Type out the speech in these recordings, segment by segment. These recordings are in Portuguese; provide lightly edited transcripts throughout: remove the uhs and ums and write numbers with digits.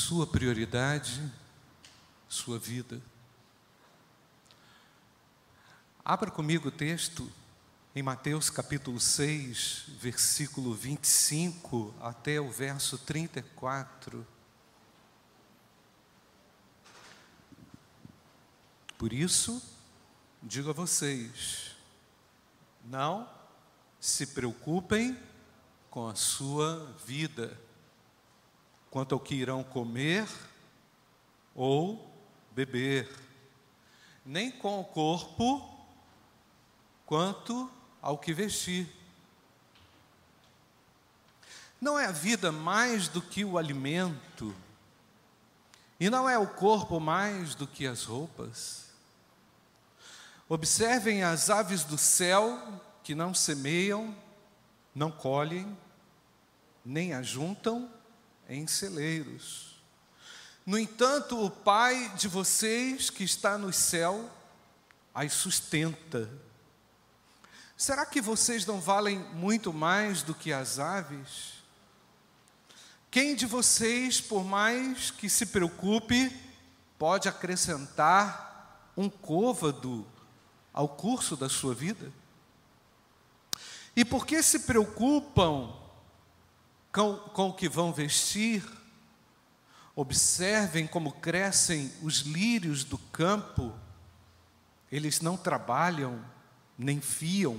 sua prioridade, sua vida. Abra comigo o texto em Mateus capítulo 6, versículo 25 até o verso 34. Por isso, digo a vocês, não se preocupem com a sua vida, quanto ao que irão comer ou beber, nem com o corpo, quanto ao que vestir. Não é a vida mais do que o alimento, e não é o corpo mais do que as roupas? Observem as aves do céu, que não semeiam, não colhem, nem ajuntam em celeiros. No entanto, o Pai de vocês que está no céu as sustenta. Será que vocês não valem muito mais do que as aves? Quem de vocês, por mais que se preocupe, pode acrescentar um côvado ao curso da sua vida? E por que se preocupam com o que vão vestir? Observem como crescem os lírios do campo. Eles não trabalham, nem fiam.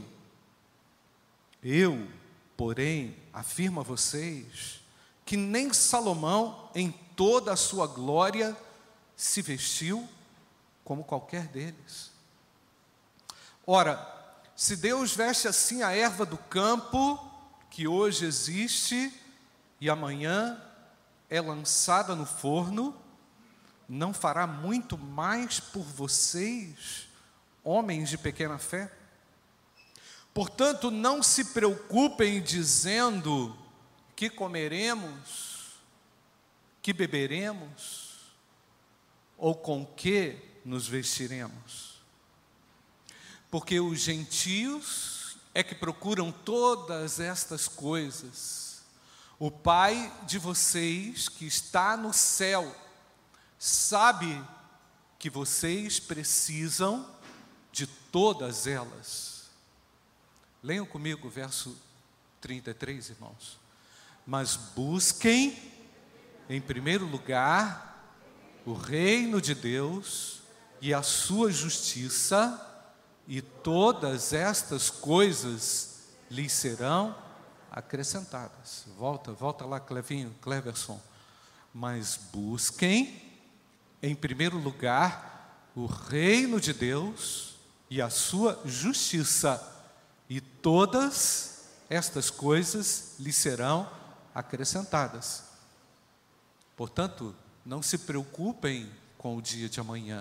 Eu, porém, afirmo a vocês que nem Salomão, em toda a sua glória, se vestiu como qualquer deles. Ora, se Deus veste assim a erva do campo, que hoje existe e amanhã é lançada no forno, não fará muito mais por vocês, homens de pequena fé? Portanto, não se preocupem dizendo que comeremos, que beberemos, ou com que nos vestiremos. Porque os gentios é que procuram todas estas coisas. O Pai de vocês que está no céu sabe que vocês precisam de todas elas. Leiam comigo o verso 33, irmãos. Mas busquem, em primeiro lugar, o reino de Deus e a sua justiça, e todas estas coisas lhes serão acrescentadas. Volta lá, Cleverson. Mas busquem, em primeiro lugar, o reino de Deus e a sua justiça, e todas estas coisas lhes serão acrescentadas. Portanto, não se preocupem com o dia de amanhã,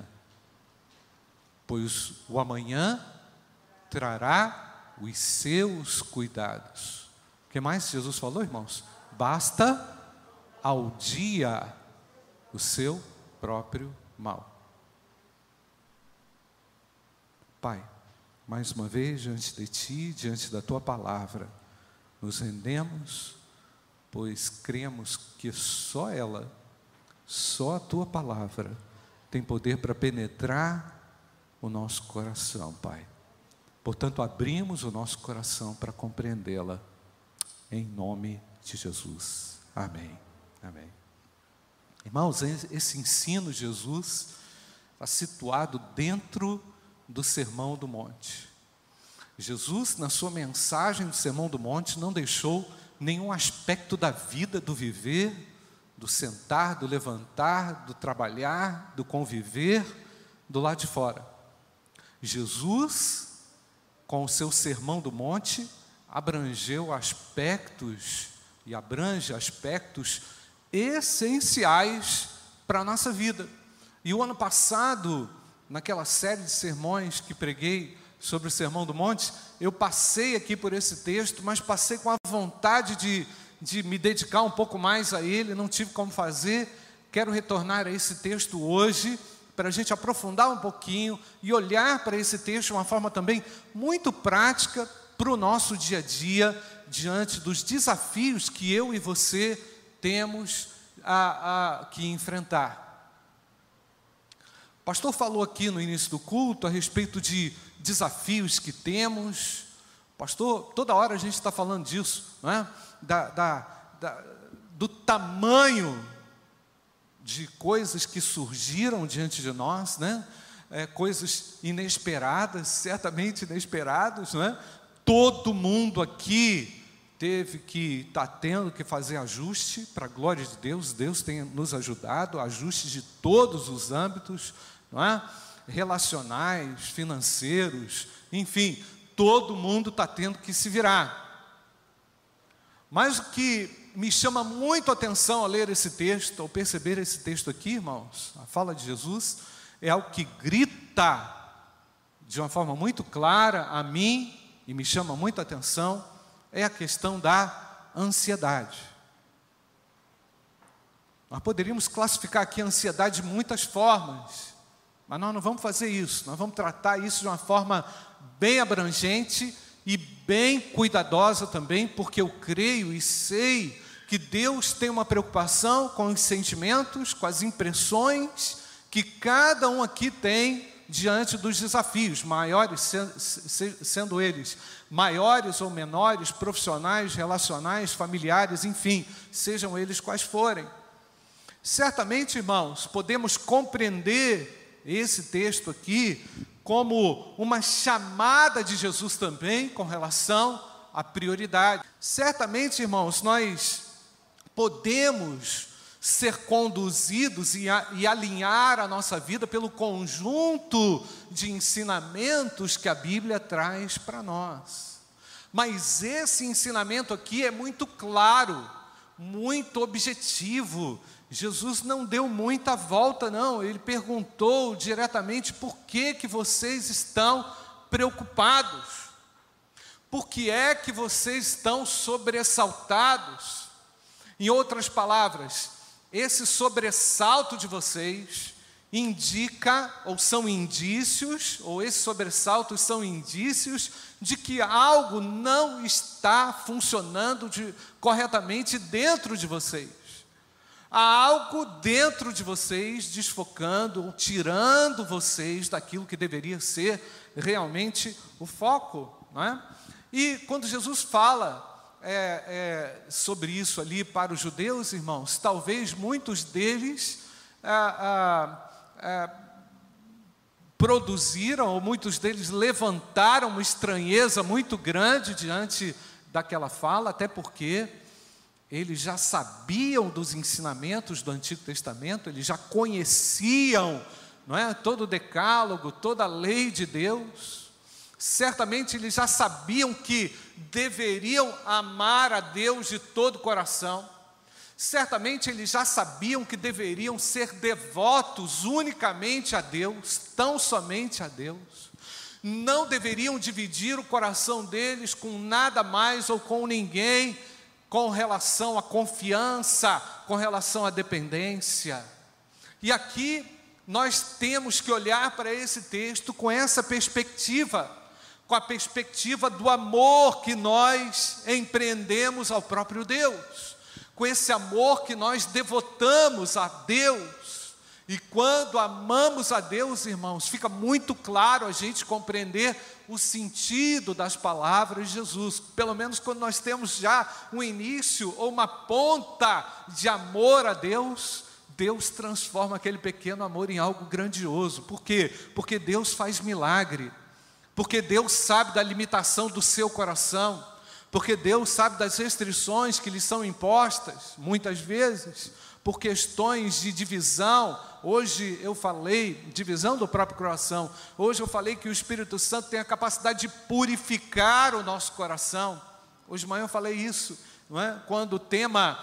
pois o amanhã trará os seus cuidados. O que mais Jesus falou, irmãos? Basta ao dia o seu próprio mal. Pai, mais uma vez diante de Ti, diante da Tua palavra, nos rendemos, pois cremos que só ela, só a Tua palavra tem poder para penetrar o nosso coração, Pai. Portanto, abrimos o nosso coração para compreendê-la, em nome de Jesus. Amém. Amém. Irmãos, esse ensino de Jesus está situado dentro do Sermão do Monte. Jesus, na sua mensagem do Sermão do Monte, não deixou nenhum aspecto da vida, do viver, do sentar, do levantar, do trabalhar, do conviver, do lado de fora. Jesus, com o seu Sermão do Monte, abrangeu aspectos e abrange aspectos essenciais para a nossa vida. E o ano passado, naquela série de sermões que preguei sobre o Sermão do Monte, eu passei aqui por esse texto, mas passei com a vontade de me dedicar um pouco mais a ele, não tive como fazer. Quero retornar a esse texto hoje, para a gente aprofundar um pouquinho e olhar para esse texto de uma forma também muito prática para o nosso dia a dia, diante dos desafios que eu e você temos que enfrentar. O pastor falou aqui no início do culto a respeito de desafios que temos. Pastor, toda hora a gente está falando disso, não é? Do tamanho de coisas que surgiram diante de nós, né? Coisas inesperadas, certamente inesperadas, não é? Todo mundo aqui está tendo que fazer ajuste para a glória de Deus. Deus tem nos ajudado, ajustes de todos os âmbitos, não é? Relacionais, financeiros, enfim, todo mundo está tendo que se virar. Mas o que me chama muito a atenção ao ler esse texto, ao perceber esse texto aqui, irmãos, a fala de Jesus, é algo que grita de uma forma muito clara a mim, e me chama muito a atenção, é a questão da ansiedade. Nós poderíamos classificar aqui a ansiedade de muitas formas, mas nós não vamos fazer isso. Nós vamos tratar isso de uma forma bem abrangente e bem cuidadosa também, porque eu creio e sei que Deus tem uma preocupação com os sentimentos, com as impressões que cada um aqui tem diante dos desafios, maiores sendo eles maiores ou menores, profissionais, relacionais, familiares, enfim, sejam eles quais forem. Certamente, irmãos, podemos compreender esse texto aqui como uma chamada de Jesus também com relação à prioridade. Certamente, irmãos, nós podemos ser conduzidos e alinhar a nossa vida pelo conjunto de ensinamentos que a Bíblia traz para nós. Mas esse ensinamento aqui é muito claro, muito objetivo. Jesus não deu muita volta, não. Ele perguntou diretamente: por que vocês estão preocupados? Por que é que vocês estão sobressaltados? Em outras palavras, esse sobressalto de vocês indica, ou são indícios, ou esses sobressaltos são indícios de que algo não está funcionando corretamente dentro de vocês. Há algo dentro de vocês desfocando, ou tirando vocês daquilo que deveria ser realmente o foco, não é? E quando Jesus fala sobre isso ali para os judeus, irmãos, talvez muitos deles produziram, ou muitos deles levantaram uma estranheza muito grande diante daquela fala, até porque eles já sabiam dos ensinamentos do Antigo Testamento, eles já conheciam, não é, todo o decálogo, toda a lei de Deus. Certamente eles já sabiam que deveriam amar a Deus de todo o coração. Certamente eles já sabiam que deveriam ser devotos unicamente a Deus, tão somente a Deus. Não deveriam dividir o coração deles com nada mais ou com ninguém, com relação à confiança, com relação à dependência. E aqui nós temos que olhar para esse texto com essa perspectiva, com a perspectiva do amor que nós empreendemos ao próprio Deus, com esse amor que nós devotamos a Deus. E quando amamos a Deus, irmãos, fica muito claro a gente compreender o sentido das palavras de Jesus. Pelo menos quando nós temos já um início ou uma ponta de amor a Deus, Deus transforma aquele pequeno amor em algo grandioso. Por quê? Porque Deus faz milagre. Porque Deus sabe da limitação do seu coração. Porque Deus sabe das restrições que lhe são impostas, muitas vezes, por questões de divisão. Hoje eu falei, divisão do próprio coração. Hoje eu falei que o Espírito Santo tem a capacidade de purificar o nosso coração. Hoje de manhã eu falei isso, não é? Quando o tema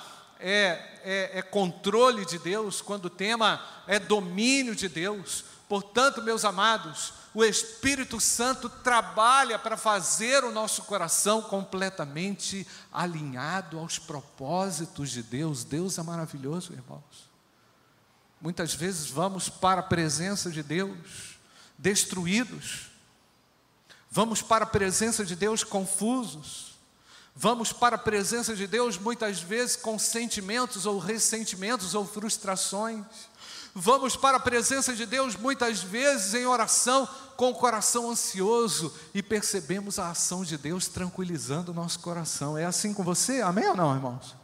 é controle de Deus, quando o tema é domínio de Deus. Portanto, meus amados, o Espírito Santo trabalha para fazer o nosso coração completamente alinhado aos propósitos de Deus. Deus é maravilhoso, irmãos. Muitas vezes vamos para a presença de Deus destruídos, vamos para a presença de Deus confusos, Vamos para a presença de Deus muitas vezes com sentimentos ou ressentimentos ou frustrações. Vamos para a presença de Deus muitas vezes em oração com o coração ansioso e percebemos a ação de Deus tranquilizando o nosso coração. É assim com você? Amém ou não, irmãos?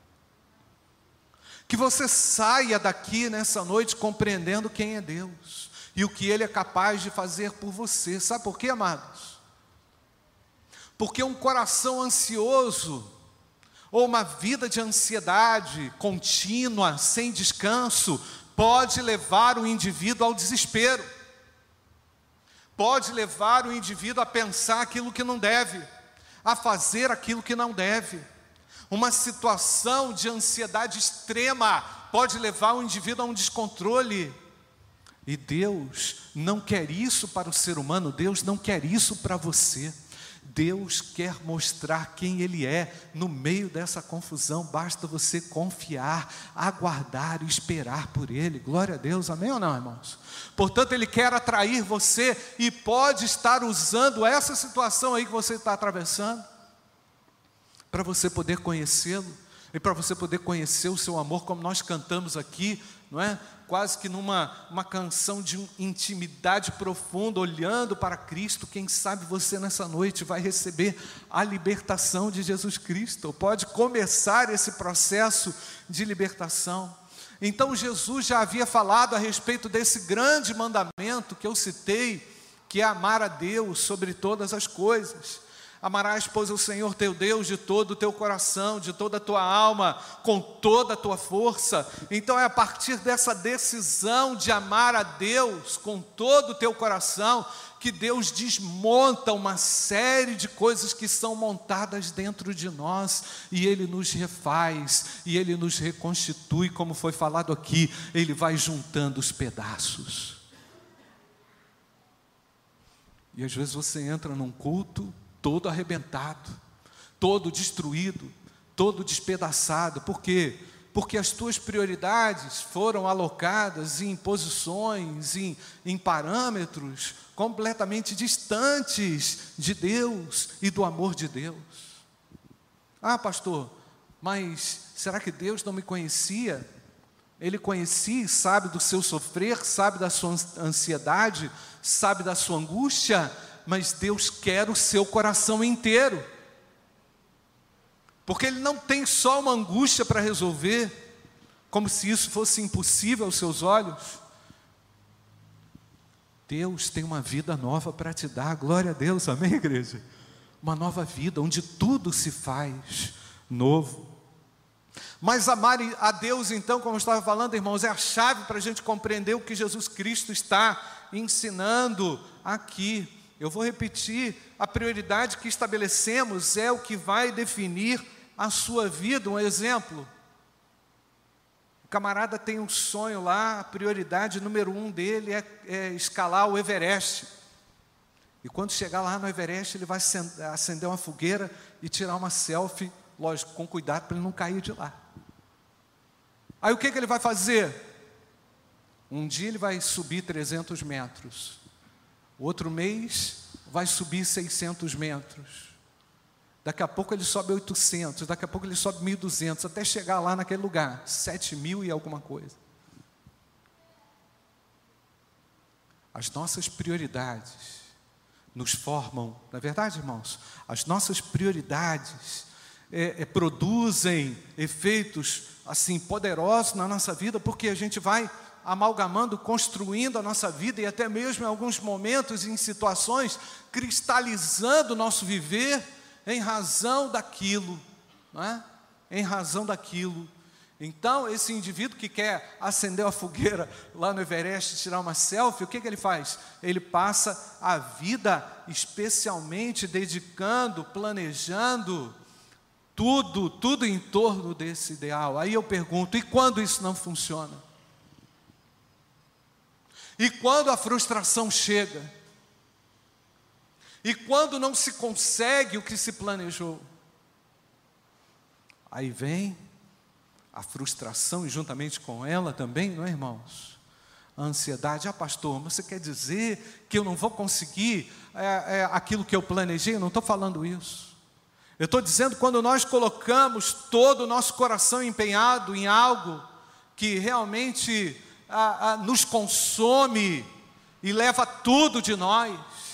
Que você saia daqui nessa noite compreendendo quem é Deus e o que Ele é capaz de fazer por você. Sabe por quê, amados? Porque um coração ansioso ou uma vida de ansiedade contínua, sem descanso, pode levar o indivíduo ao desespero, pode levar o indivíduo a pensar aquilo que não deve, a fazer aquilo que não deve. Uma situação de ansiedade extrema pode levar o indivíduo a um descontrole. E Deus não quer isso para o ser humano, Deus não quer isso para você. Deus quer mostrar quem Ele é no meio dessa confusão. Basta você confiar, aguardar e esperar por Ele. Glória a Deus, amém ou não, irmãos? Portanto, Ele quer atrair você e pode estar usando essa situação aí que você está atravessando para você poder conhecê-lo e para você poder conhecer o seu amor, como nós cantamos aqui, não é? Quase que uma canção de intimidade profunda, olhando para Cristo. Quem sabe você nessa noite vai receber a libertação de Jesus Cristo, ou pode começar esse processo de libertação. Então Jesus já havia falado a respeito desse grande mandamento que eu citei, que é amar a Deus sobre todas as coisas. Amarás, pois, o Senhor teu Deus de todo o teu coração, de toda a tua alma, com toda a tua força. Então é a partir dessa decisão de amar a Deus com todo o teu coração, que Deus desmonta uma série de coisas que são montadas dentro de nós, e Ele nos refaz, e Ele nos reconstitui, como foi falado aqui, Ele vai juntando os pedaços. E às vezes você entra num culto todo arrebentado, todo destruído, todo despedaçado. Por quê? Porque as tuas prioridades foram alocadas em posições, em parâmetros completamente distantes de Deus e do amor de Deus. Ah, pastor, mas será que Deus não me conhecia? Ele conhecia e sabe do seu sofrer, sabe da sua ansiedade, sabe da sua angústia, mas Deus quer o seu coração inteiro, porque Ele não tem só uma angústia para resolver, como se isso fosse impossível aos seus olhos. Deus tem uma vida nova para te dar, glória a Deus, amém, igreja? Uma nova vida, onde tudo se faz novo. Mas amar a Deus, então, como eu estava falando, irmãos, é a chave para a gente compreender o que Jesus Cristo está ensinando aqui. Eu vou repetir, a prioridade que estabelecemos é o que vai definir a sua vida. Um exemplo, o camarada tem um sonho lá, a prioridade número 1 dele é escalar o Everest. E quando chegar lá no Everest, ele vai acender uma fogueira e tirar uma selfie, lógico, com cuidado para ele não cair de lá. Aí o que ele vai fazer? Um dia ele vai subir 300 metros. Outro mês vai subir 600 metros. Daqui a pouco ele sobe 800, daqui a pouco ele sobe 1.200, até chegar lá naquele lugar, 7.000 e alguma coisa. As nossas prioridades nos formam, não é verdade, irmãos? As nossas prioridades produzem efeitos assim poderosos na nossa vida, porque a gente vai amalgamando, construindo a nossa vida, e até mesmo em alguns momentos, em situações, cristalizando o nosso viver em razão daquilo, não é? Em razão daquilo. Então, esse indivíduo que quer acender a fogueira lá no Everest e tirar uma selfie, o que ele faz? Ele passa a vida especialmente dedicando, planejando, tudo em torno desse ideal. Aí eu pergunto, e quando isso não funciona? E quando a frustração chega? E quando não se consegue o que se planejou? Aí vem a frustração, e juntamente com ela também, não é, irmãos? A ansiedade. Ah, pastor, você quer dizer que eu não vou conseguir aquilo que eu planejei? Eu não estou falando isso. Eu estou dizendo quando nós colocamos todo o nosso coração empenhado em algo que realmente nos consome e leva tudo de nós.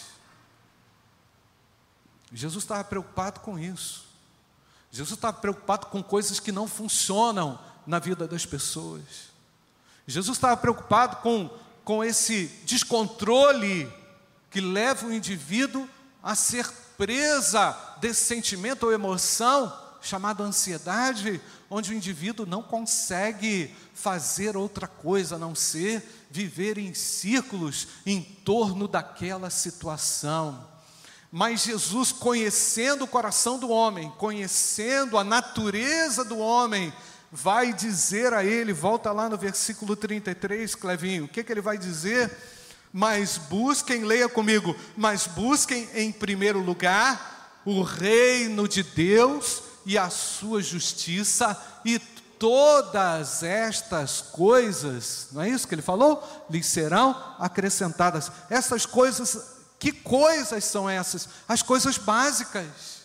Jesus estava preocupado com isso. Jesus estava preocupado com coisas que não funcionam na vida das pessoas. Jesus estava preocupado com esse descontrole que leva o indivíduo a ser presa desse sentimento ou emoção chamado ansiedade, onde o indivíduo não consegue fazer outra coisa a não ser viver em círculos em torno daquela situação. Mas Jesus, conhecendo o coração do homem, conhecendo a natureza do homem, vai dizer a ele, volta lá no versículo 33, Clevinho, o que ele vai dizer? Mas busquem, leia comigo, mas busquem em primeiro lugar o reino de Deus e a sua justiça, e todas estas coisas, não é isso que ele falou? Lhes serão acrescentadas. Essas coisas, que coisas são essas? As coisas básicas,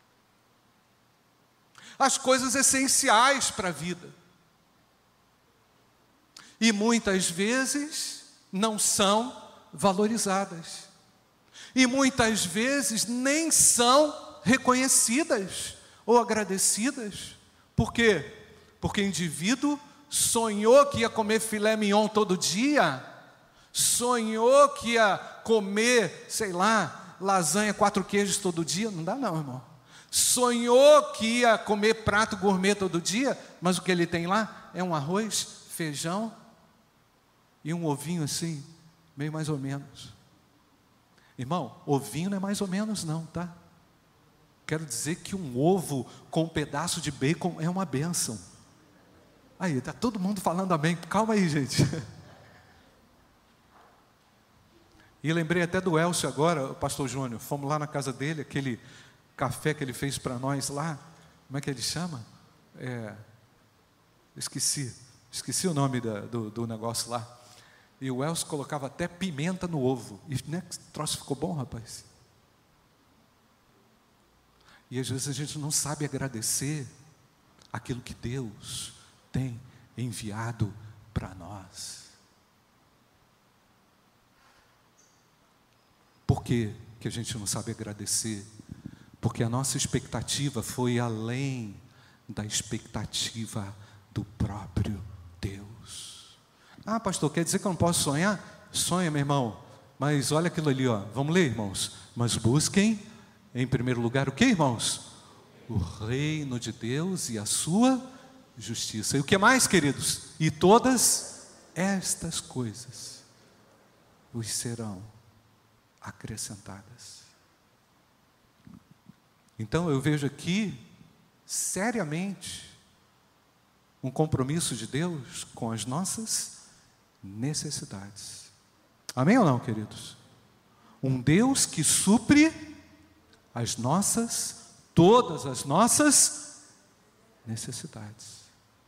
as coisas essenciais para a vida, e muitas vezes não são valorizadas, e muitas vezes nem são reconhecidas ou agradecidas. Por quê? Porque o indivíduo sonhou que ia comer filé mignon todo dia, sonhou que ia comer, sei lá, lasanha 4 queijos todo dia. Não dá não, irmão. Sonhou que ia comer prato gourmet todo dia, mas o que ele tem lá é um arroz, feijão e um ovinho assim, meio mais ou menos. Irmão, ovinho não é mais ou menos não, tá? Quero dizer que um ovo com um pedaço de bacon é uma bênção. Aí, está todo mundo falando amém. Calma aí, gente. E lembrei até do Elcio agora, o pastor Júnior. Fomos lá na casa dele, aquele café que ele fez para nós lá. Como é que ele chama? Esqueci o nome do negócio lá. E o Elcio colocava até pimenta no ovo. E né, que troço ficou bom, rapaz. E às vezes a gente não sabe agradecer aquilo que Deus tem enviado para nós. Por que a gente não sabe agradecer? Porque a nossa expectativa foi além da expectativa do próprio Deus. Ah, pastor, quer dizer que eu não posso sonhar? Sonha, meu irmão. Mas olha aquilo ali, ó. Vamos ler, irmãos. Mas busquem, em primeiro lugar, o que, irmãos? O reino de Deus e a sua justiça. E o que mais, queridos? E todas estas coisas os serão acrescentadas. Então eu vejo aqui, seriamente, um compromisso de Deus com as nossas necessidades. Amém ou não, queridos? Um Deus que supre todas as nossas necessidades.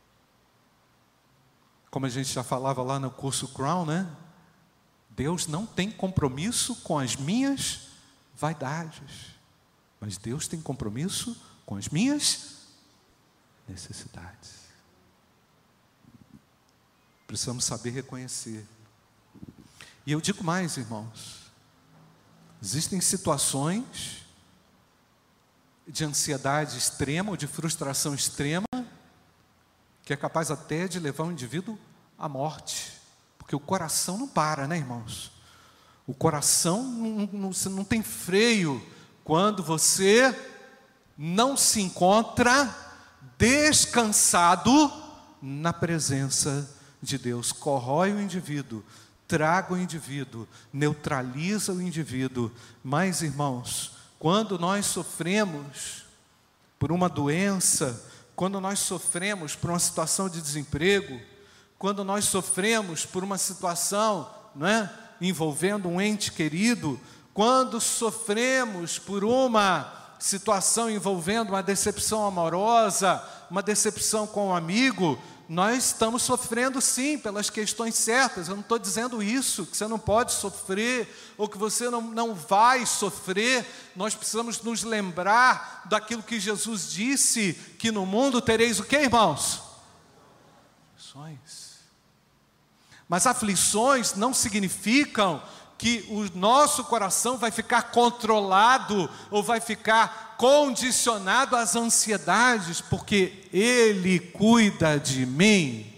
Como a gente já falava lá no curso Crown, né? Deus não tem compromisso com as minhas vaidades, mas Deus tem compromisso com as minhas necessidades. Precisamos saber reconhecer. E eu digo mais, irmãos, existem situações de ansiedade extrema ou de frustração extrema que é capaz até de levar o indivíduo à morte, porque o coração não para, né, irmãos? O coração não tem freio quando você não se encontra descansado na presença de Deus. Corrói o indivíduo, traga o indivíduo, neutraliza o indivíduo. Mas, irmãos, quando nós sofremos por uma doença, quando nós sofremos por uma situação de desemprego, quando nós sofremos por uma situação, não é, envolvendo um ente querido, quando sofremos por uma situação envolvendo uma decepção amorosa, uma decepção com um amigo, nós estamos sofrendo sim, pelas questões certas. Eu não estou dizendo isso, que você não pode sofrer, ou que você não vai sofrer. Nós precisamos nos lembrar daquilo que Jesus disse, que no mundo tereis o quê, irmãos? Aflições. Mas aflições não significam que o nosso coração vai ficar controlado, ou vai ficar condicionado às ansiedades, porque Ele cuida de mim.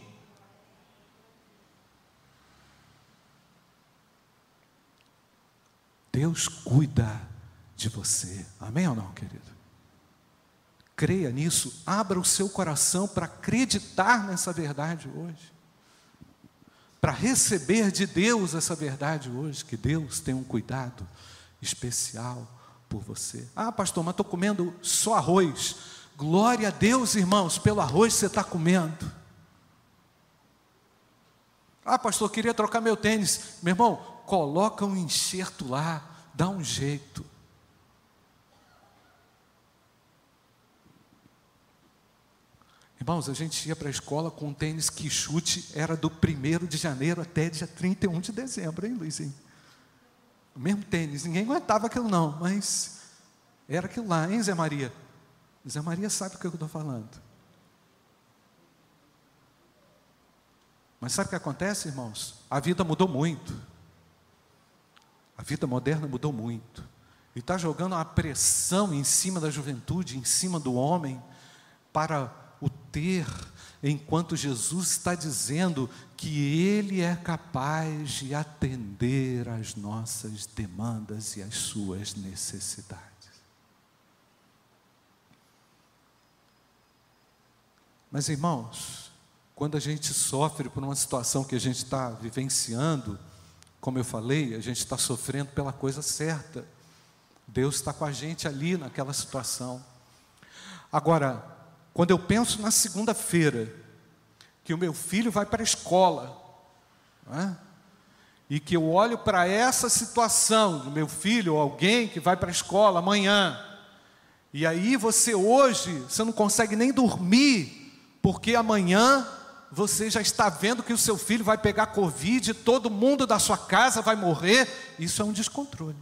Deus cuida de você, amém ou não, querido? Creia nisso, abra o seu coração para acreditar nessa verdade hoje, para receber de Deus essa verdade hoje, que Deus tem um cuidado especial por você. Ah, pastor, mas estou comendo só arroz. Glória a Deus, irmãos, pelo arroz que você está comendo. Ah, pastor, queria trocar meu tênis. Meu irmão, coloca um enxerto lá, dá um jeito. Irmãos, a gente ia para a escola com um tênis que chute era do 1º de janeiro até dia 31 de dezembro, hein, Luizinho? O mesmo tênis, ninguém aguentava aquilo não, mas era aquilo lá, hein, Zé Maria? Zé Maria sabe o que eu estou falando. Mas sabe o que acontece, irmãos? A vida mudou muito. A vida moderna mudou muito. E está jogando uma pressão em cima da juventude, em cima do homem, para o ter, enquanto Jesus está dizendo que Ele é capaz de atender às nossas demandas e às suas necessidades. Mas, irmãos, quando a gente sofre por uma situação que a gente está vivenciando, como eu falei, a gente está sofrendo pela coisa certa. Deus está com a gente ali naquela situação. Agora, quando eu penso na segunda-feira, que o meu filho vai para a escola, não é? E que eu olho para essa situação do meu filho, ou alguém que vai para a escola amanhã, e aí você hoje, você não consegue nem dormir, porque amanhã você já está vendo que o seu filho vai pegar Covid, todo mundo da sua casa vai morrer. Isso é um descontrole.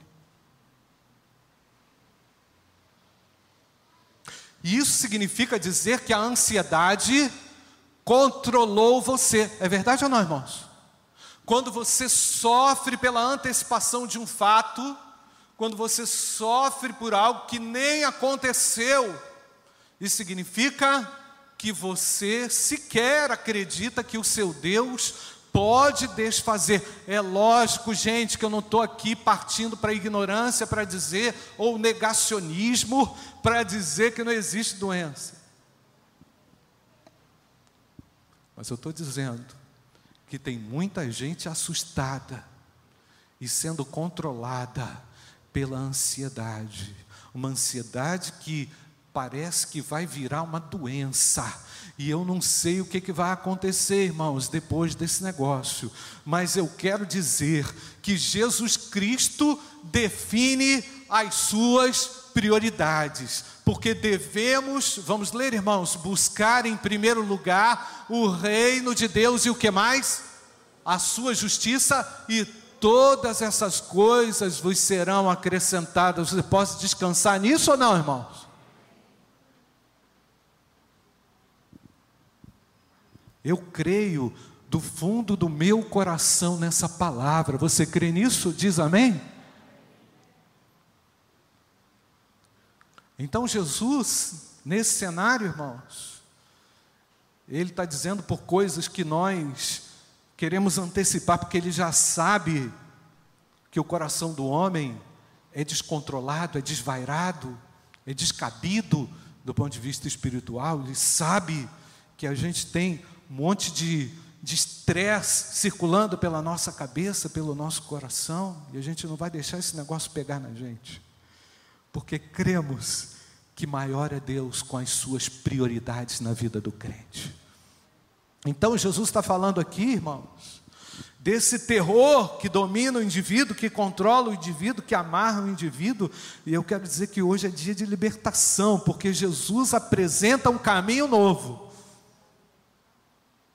Isso significa dizer que a ansiedade controlou você. É verdade ou não, irmãos? Quando você sofre pela antecipação de um fato, quando você sofre por algo que nem aconteceu, isso significa que você sequer acredita que o seu Deus pode desfazer. É lógico, gente, que eu não estou aqui partindo para a ignorância para dizer, ou negacionismo, para dizer que não existe doença. Mas eu estou dizendo que tem muita gente assustada e sendo controlada pela ansiedade. Uma ansiedade que parece que vai virar uma doença. E eu não sei o que vai acontecer, irmãos, depois desse negócio. Mas eu quero dizer que Jesus Cristo define as suas prioridades. Porque devemos, vamos ler, irmãos, buscar em primeiro lugar o reino de Deus e o que mais? A sua justiça, e todas essas coisas vos serão acrescentadas. Você pode descansar nisso ou não, irmãos? Eu creio do fundo do meu coração nessa palavra. Você crê nisso? Diz amém? Então Jesus, nesse cenário, irmãos, Ele está dizendo por coisas que nós queremos antecipar, porque Ele já sabe que o coração do homem é descontrolado, é desvairado, é descabido do ponto de vista espiritual. Ele sabe que a gente tem um monte de estresse circulando pela nossa cabeça, pelo nosso coração, e a gente não vai deixar esse negócio pegar na gente, porque cremos que maior é Deus com as suas prioridades na vida do crente. Então Jesus está falando aqui, irmãos, desse terror que domina o indivíduo, que controla o indivíduo, que amarra o indivíduo, e eu quero dizer que hoje é dia de libertação, porque Jesus apresenta um caminho novo.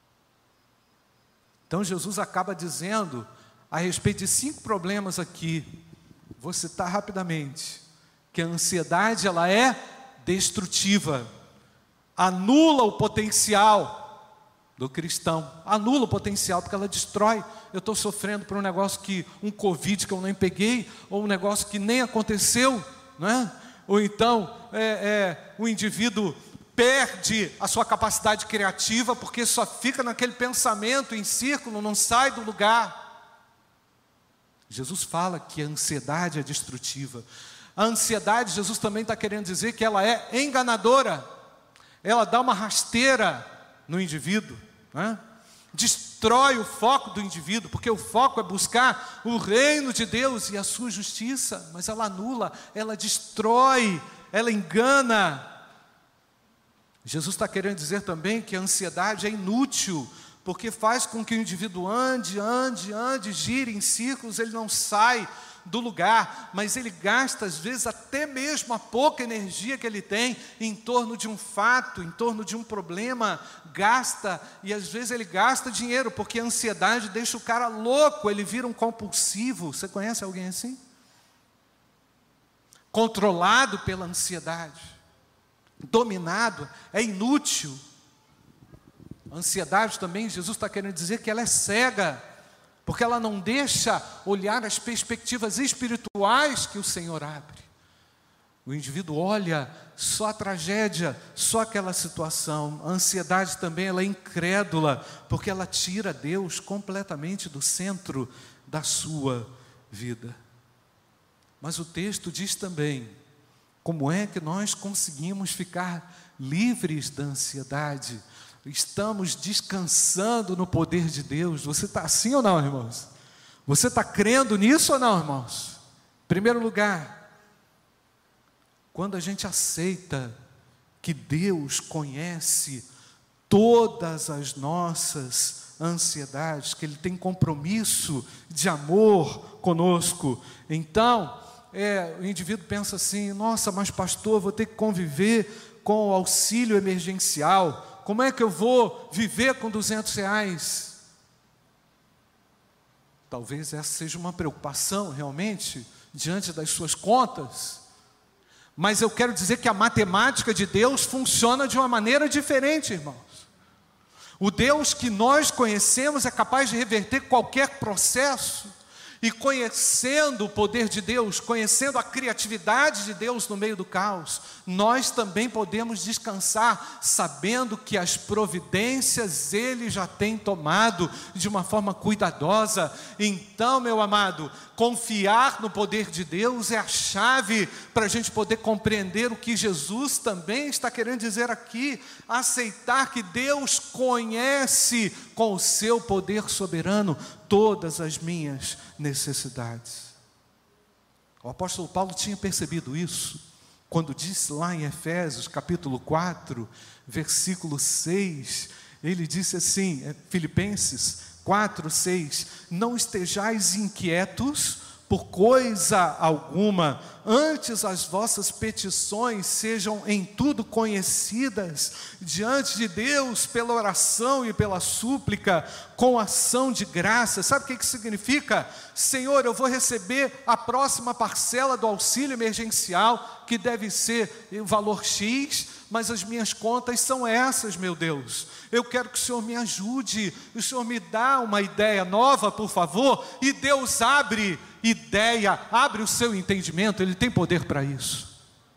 Então Jesus acaba dizendo a respeito de 5 problemas aqui, vou citar rapidamente, que a ansiedade ela é destrutiva, anula o potencial do cristão, anula o potencial, porque ela destrói. Eu estou sofrendo por um negócio um Covid que eu nem peguei, ou um negócio que nem aconteceu, não é? Ou então, o indivíduo perde a sua capacidade criativa, porque só fica naquele pensamento em círculo, não sai do lugar. Jesus fala que a ansiedade é destrutiva. A ansiedade, Jesus também está querendo dizer que ela é enganadora, ela dá uma rasteira no indivíduo, né? Destrói o foco do indivíduo, porque o foco é buscar o reino de Deus e a sua justiça, mas ela anula, ela destrói, ela engana. Jesus está querendo dizer também que a ansiedade é inútil, porque faz com que o indivíduo ande, gire em círculos, ele não sai do lugar, mas ele gasta às vezes até mesmo a pouca energia que ele tem em torno de um fato, em torno de um problema, gasta, e às vezes ele gasta dinheiro, porque a ansiedade deixa o cara louco, ele vira um compulsivo. Você conhece alguém assim? Controlado pela ansiedade, dominado, é inútil. A ansiedade também, Jesus está querendo dizer que ela é cega, porque ela não deixa olhar as perspectivas espirituais que o Senhor abre. O indivíduo olha só a tragédia, só aquela situação. A ansiedade também ela é incrédula, porque ela tira Deus completamente do centro da sua vida. Mas o texto diz também, como é que nós conseguimos ficar livres da ansiedade? Estamos descansando no poder de Deus. Você está assim ou não, irmãos? Você está crendo nisso ou não, irmãos? Em primeiro lugar, quando a gente aceita que Deus conhece todas as nossas ansiedades, que Ele tem compromisso de amor conosco, então, o indivíduo pensa assim: nossa, mas pastor, vou ter que conviver com o auxílio emergencial. Como é que eu vou viver com R$200? Talvez essa seja uma preocupação realmente, diante das suas contas. Mas eu quero dizer que a matemática de Deus funciona de uma maneira diferente, irmãos. O Deus que nós conhecemos é capaz de reverter qualquer processo. E conhecendo o poder de Deus, conhecendo a criatividade de Deus no meio do caos, nós também podemos descansar, sabendo que as providências Ele já tem tomado de uma forma cuidadosa. Então, meu amado, confiar no poder de Deus é a chave para a gente poder compreender o que Jesus também está querendo dizer aqui. Aceitar que Deus conhece com o seu poder soberano todas as minhas necessidades. O apóstolo Paulo tinha percebido isso, quando disse lá em Efésios capítulo 4, versículo 6, ele disse assim, Filipenses 4, 6, não estejais inquietos por coisa alguma, antes as vossas petições sejam em tudo conhecidas diante de Deus pela oração e pela súplica, com ação de graça. Sabe o que isso significa? Senhor, eu vou receber a próxima parcela do auxílio emergencial, que deve ser o valor X, mas as minhas contas são essas, meu Deus. Eu quero que o Senhor me ajude, o Senhor me dá uma ideia nova, por favor. E Deus abre ideia, abre o seu entendimento, Ele tem poder para isso.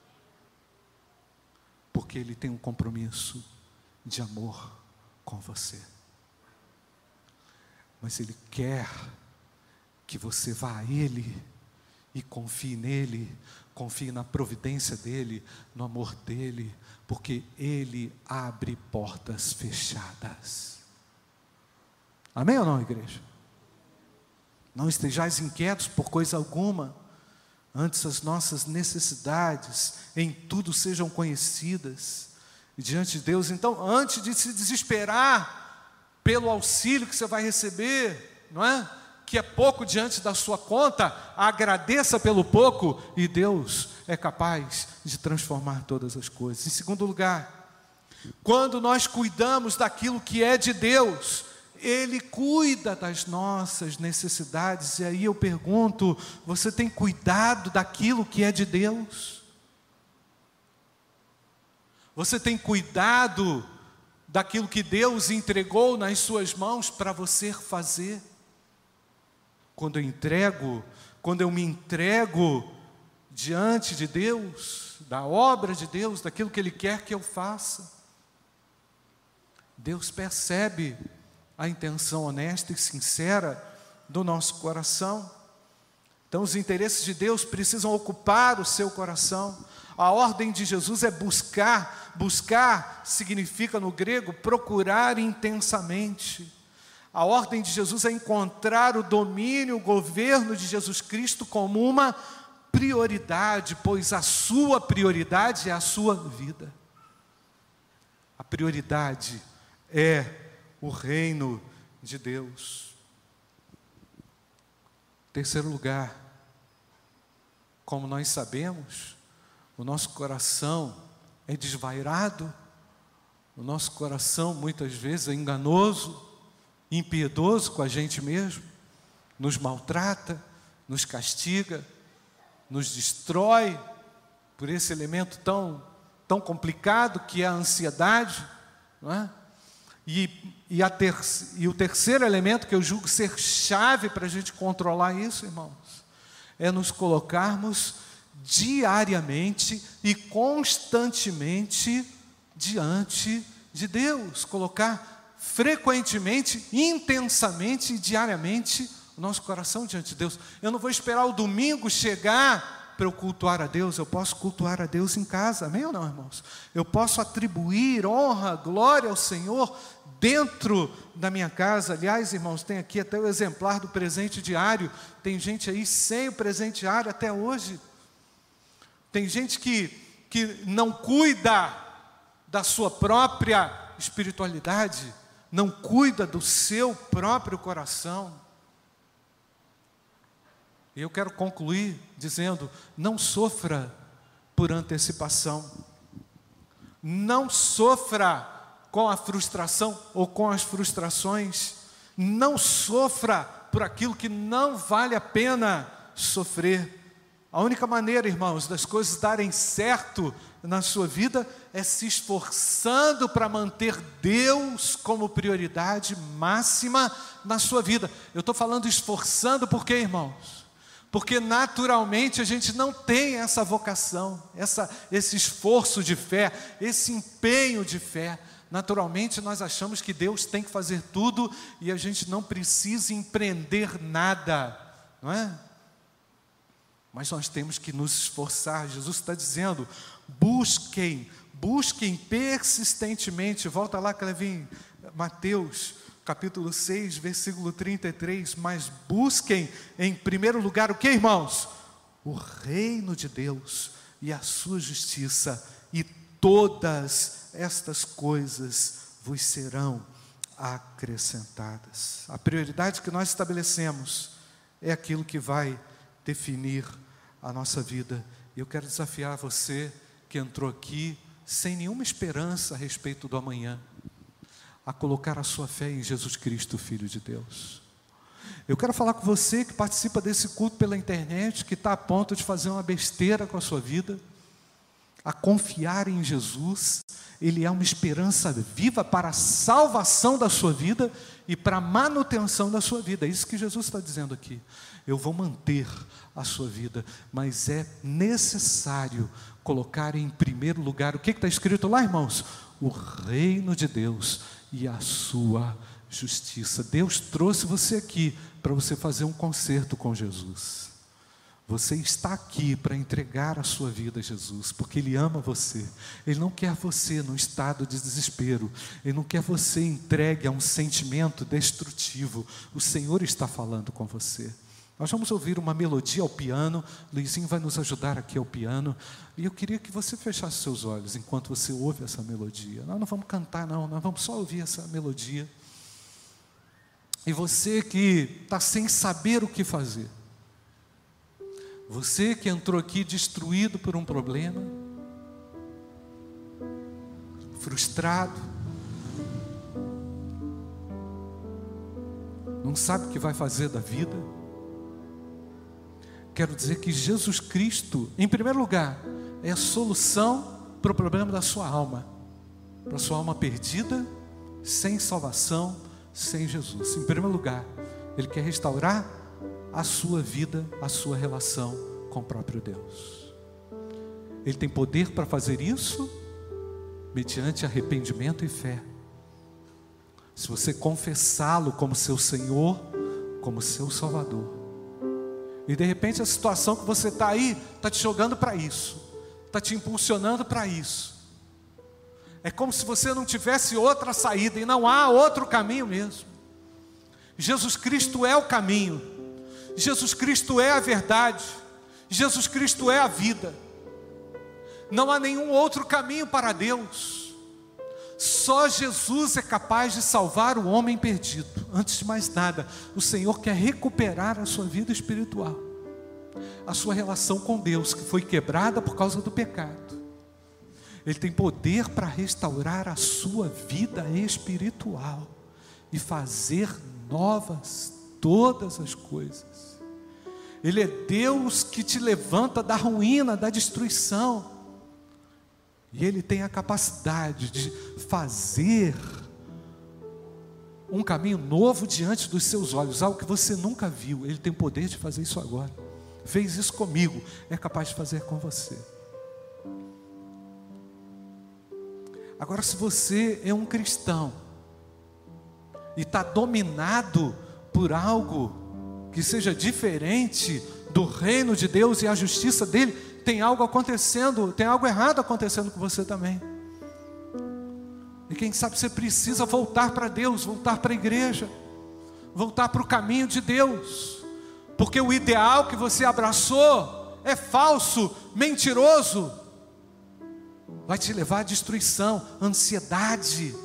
Porque Ele tem um compromisso de amor com você. Mas Ele quer que você vá a Ele e confie nele, confie na providência dEle, no amor dEle, porque Ele abre portas fechadas. Amém ou não, igreja? Não estejais inquietos por coisa alguma, antes as nossas necessidades em tudo sejam conhecidas diante de Deus. Então, antes de se desesperar pelo auxílio que você vai receber, não é? Que é pouco diante da sua conta, agradeça pelo pouco e Deus é capaz de transformar todas as coisas. Em segundo lugar, quando nós cuidamos daquilo que é de Deus, Ele cuida das nossas necessidades. E aí eu pergunto, você tem cuidado daquilo que é de Deus? Você tem cuidado daquilo que Deus entregou nas suas mãos para você fazer? Quando eu me entrego diante de Deus, da obra de Deus, daquilo que Ele quer que eu faça, Deus percebe a intenção honesta e sincera do nosso coração. Então os interesses de Deus precisam ocupar o seu coração. A ordem de Jesus é buscar. Buscar significa no grego procurar intensamente. A ordem de Jesus é encontrar o domínio, o governo de Jesus Cristo como uma prioridade, pois a sua prioridade é a sua vida. A prioridade é o reino de Deus. Terceiro lugar, como nós sabemos, o nosso coração é desvairado, o nosso coração muitas vezes é enganoso, impiedoso com a gente mesmo, nos maltrata, nos castiga, nos destrói por esse elemento tão complicado que é a ansiedade, não é? E o terceiro elemento que eu julgo ser chave para a gente controlar isso, irmãos, é nos colocarmos diariamente e constantemente diante de Deus, colocar frequentemente, intensamente e diariamente o nosso coração diante de Deus. Eu não vou esperar o domingo chegar para eu cultuar a Deus, eu posso cultuar a Deus em casa, amém ou não, irmãos? Eu posso atribuir honra, glória ao Senhor dentro da minha casa. Aliás, irmãos, tem aqui até o exemplar do presente diário. Tem gente aí sem o presente diário até hoje. Tem gente que não cuida da sua própria espiritualidade, não cuida do seu próprio coração. E eu quero concluir dizendo: não sofra por antecipação, não sofra com a frustração ou com as frustrações, não sofra por aquilo que não vale a pena sofrer. A única maneira, irmãos, das coisas darem certo na sua vida é se esforçando para manter Deus como prioridade máxima na sua vida. Eu estou falando esforçando por quê, irmãos? Porque naturalmente a gente não tem essa vocação, esse esforço de fé, esse empenho de fé. Naturalmente nós achamos que Deus tem que fazer tudo e a gente não precisa empreender nada, não é? Mas nós temos que nos esforçar. Jesus está dizendo: busquem persistentemente. Volta lá, Clevinho, Mateus capítulo 6, versículo 33, mas busquem em primeiro lugar o que, irmãos? O reino de Deus e a sua justiça, e todas estas coisas vos serão acrescentadas. A prioridade que nós estabelecemos é aquilo que vai definir a nossa vida. E eu quero desafiar você que entrou aqui sem nenhuma esperança a respeito do amanhã, a colocar a sua fé em Jesus Cristo, Filho de Deus. Eu quero falar com você que participa desse culto pela internet, que está a ponto de fazer uma besteira com a sua vida, a confiar em Jesus. Ele é uma esperança viva para a salvação da sua vida e para a manutenção da sua vida. É isso que Jesus está dizendo aqui. Eu vou manter a sua vida, mas é necessário colocar em primeiro lugar, o que está escrito lá, irmãos? O reino de Deus e a sua justiça. Deus trouxe você aqui para você fazer um concerto com Jesus. Você está aqui para entregar a sua vida a Jesus, porque Ele ama você. Ele não quer você num estado de desespero. Ele não quer você entregue a um sentimento destrutivo. O Senhor está falando com você. Nós vamos ouvir uma melodia ao piano. Luizinho vai nos ajudar aqui ao piano. E eu queria que você fechasse seus olhos enquanto você ouve essa melodia. Nós não vamos cantar não, nós vamos só ouvir essa melodia. E você que está sem saber o que fazer, você que entrou aqui destruído por um problema, frustrado, não sabe o que vai fazer da vida. Quero dizer que Jesus Cristo, em primeiro lugar, é a solução para o problema da sua alma, para a sua alma perdida, sem salvação, sem Jesus. Em primeiro lugar, Ele quer restaurar a sua vida, a sua relação com o próprio Deus. Ele tem poder para fazer isso mediante arrependimento e fé. Se você confessá-lo como seu Senhor, como seu Salvador. E de repente a situação que você está aí, está te jogando para isso, está te impulsionando para isso. É como se você não tivesse outra saída, e não há outro caminho mesmo. Jesus Cristo é o caminho, Jesus Cristo é a verdade, Jesus Cristo é a vida. Não há nenhum outro caminho para Deus. Só Jesus é capaz de salvar o homem perdido. Antes de mais nada, o Senhor quer recuperar a sua vida espiritual, a sua relação com Deus, que foi quebrada por causa do pecado. Ele tem poder para restaurar a sua vida espiritual e fazer novas todas as coisas. Ele é Deus que te levanta da ruína, da destruição. E Ele tem a capacidade de fazer um caminho novo diante dos seus olhos, algo que você nunca viu. Ele tem o poder de fazer isso agora. Fez isso comigo, é capaz de fazer com você. Agora, se você é um cristão e está dominado por algo que seja diferente do reino de Deus e a justiça dele, tem algo acontecendo, tem algo errado acontecendo com você também. E quem sabe você precisa voltar para Deus, voltar para a igreja, voltar para o caminho de Deus, porque o ideal que você abraçou é falso, mentiroso, vai te levar à destruição, ansiedade.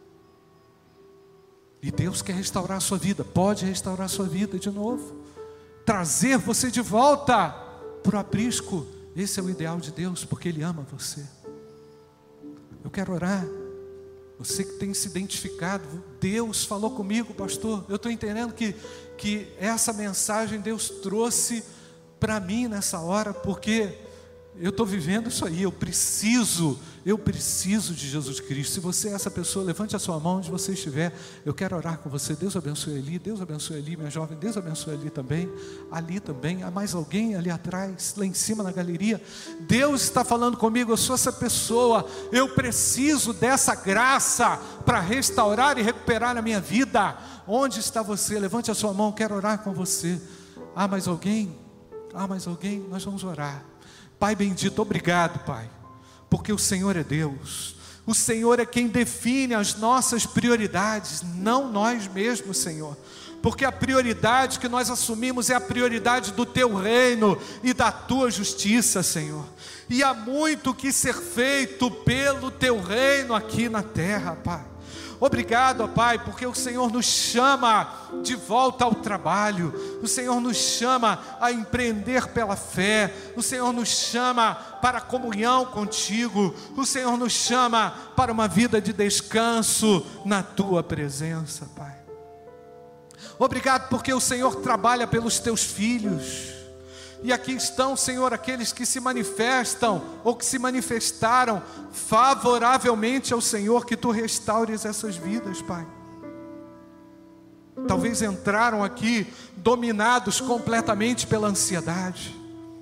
E Deus quer restaurar a sua vida, pode restaurar a sua vida de novo, trazer você de volta para o aprisco. Esse é o ideal de Deus, porque Ele ama você. Eu quero orar. Você que tem se identificado, Deus falou comigo, pastor, eu estou entendendo que essa mensagem Deus trouxe para mim nessa hora, porque eu estou vivendo isso aí, eu preciso de Jesus Cristo. Se você é essa pessoa, levante a sua mão onde você estiver, eu quero orar com você. Deus abençoe ali, Deus abençoe ali, minha jovem, Deus abençoe ali também, há mais alguém ali atrás, lá em cima na galeria. Deus está falando comigo, eu sou essa pessoa, eu preciso dessa graça para restaurar e recuperar a minha vida. Onde está você? Levante a sua mão, quero orar com você. Há mais alguém? Nós vamos orar. Pai bendito, obrigado, Pai, porque o Senhor é Deus, o Senhor é quem define as nossas prioridades, não nós mesmos, Senhor, porque a prioridade que nós assumimos é a prioridade do Teu reino e da Tua justiça, Senhor, e há muito que ser feito pelo Teu reino aqui na terra, Pai. Obrigado, Pai, porque o Senhor nos chama de volta ao trabalho, o Senhor nos chama a empreender pela fé, o Senhor nos chama para a comunhão contigo, o Senhor nos chama para uma vida de descanso na Tua presença, Pai. Obrigado porque o Senhor trabalha pelos Teus filhos. E aqui estão, Senhor, aqueles que se manifestam ou que se manifestaram favoravelmente ao Senhor, que Tu restaures essas vidas, Pai. Talvez entraram aqui dominados completamente pela ansiedade.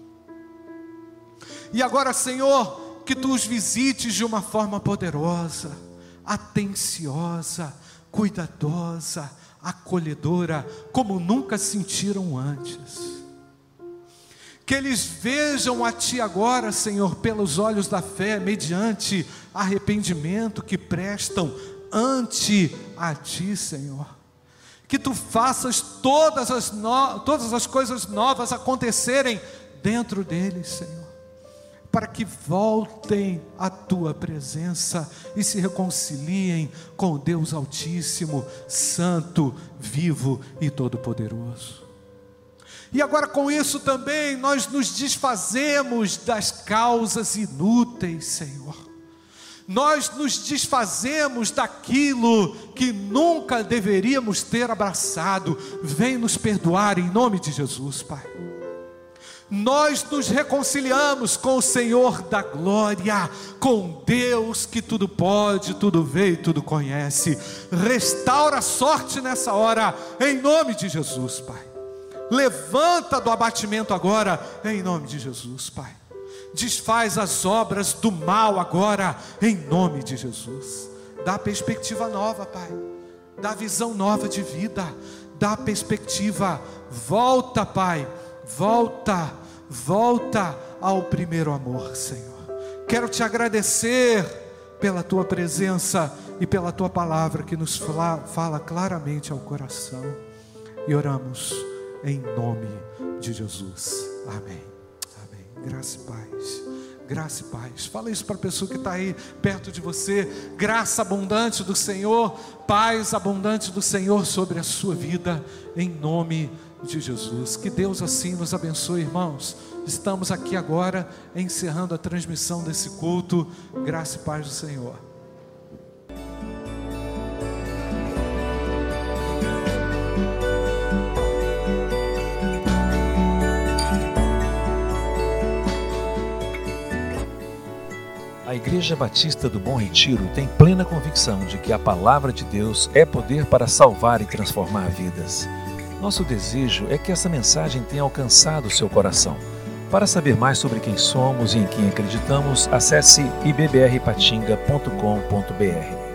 E agora, Senhor, que Tu os visites de uma forma poderosa, atenciosa, cuidadosa, acolhedora, como nunca sentiram antes. Que eles vejam a Ti agora, Senhor, pelos olhos da fé, mediante arrependimento que prestam ante a Ti, Senhor. Que Tu faças todas as coisas novas acontecerem dentro deles, Senhor, para que voltem à Tua presença e se reconciliem com o Deus Altíssimo, Santo, vivo e Todo-Poderoso. E agora com isso também nós nos desfazemos das causas inúteis, Senhor. Nós nos desfazemos daquilo que nunca deveríamos ter abraçado. Vem nos perdoar em nome de Jesus, Pai. Nós nos reconciliamos com o Senhor da glória, com Deus que tudo pode, tudo vê e tudo conhece. Restaura a sorte nessa hora, em nome de Jesus, Pai. Levanta do abatimento agora, em nome de Jesus, Pai. Desfaz as obras do mal agora, em nome de Jesus. Dá perspectiva nova, Pai. Dá visão nova de vida. Dá perspectiva. Volta, Pai. Volta ao primeiro amor, Senhor. Quero te agradecer pela tua presença e pela tua palavra que nos fala claramente ao coração. E oramos em nome de Jesus. Amém. Graça e paz, graça e paz. Fala isso para a pessoa que está aí perto de você. Graça abundante do Senhor, paz abundante do Senhor sobre a sua vida, em nome de Jesus. Que Deus assim nos abençoe, irmãos. Estamos aqui agora encerrando a transmissão desse culto. Graça e paz do Senhor. A Igreja Batista do Bom Retiro tem plena convicção de que a palavra de Deus é poder para salvar e transformar vidas. Nosso desejo é que essa mensagem tenha alcançado o seu coração. Para saber mais sobre quem somos e em quem acreditamos, acesse ibbrpatinga.com.br.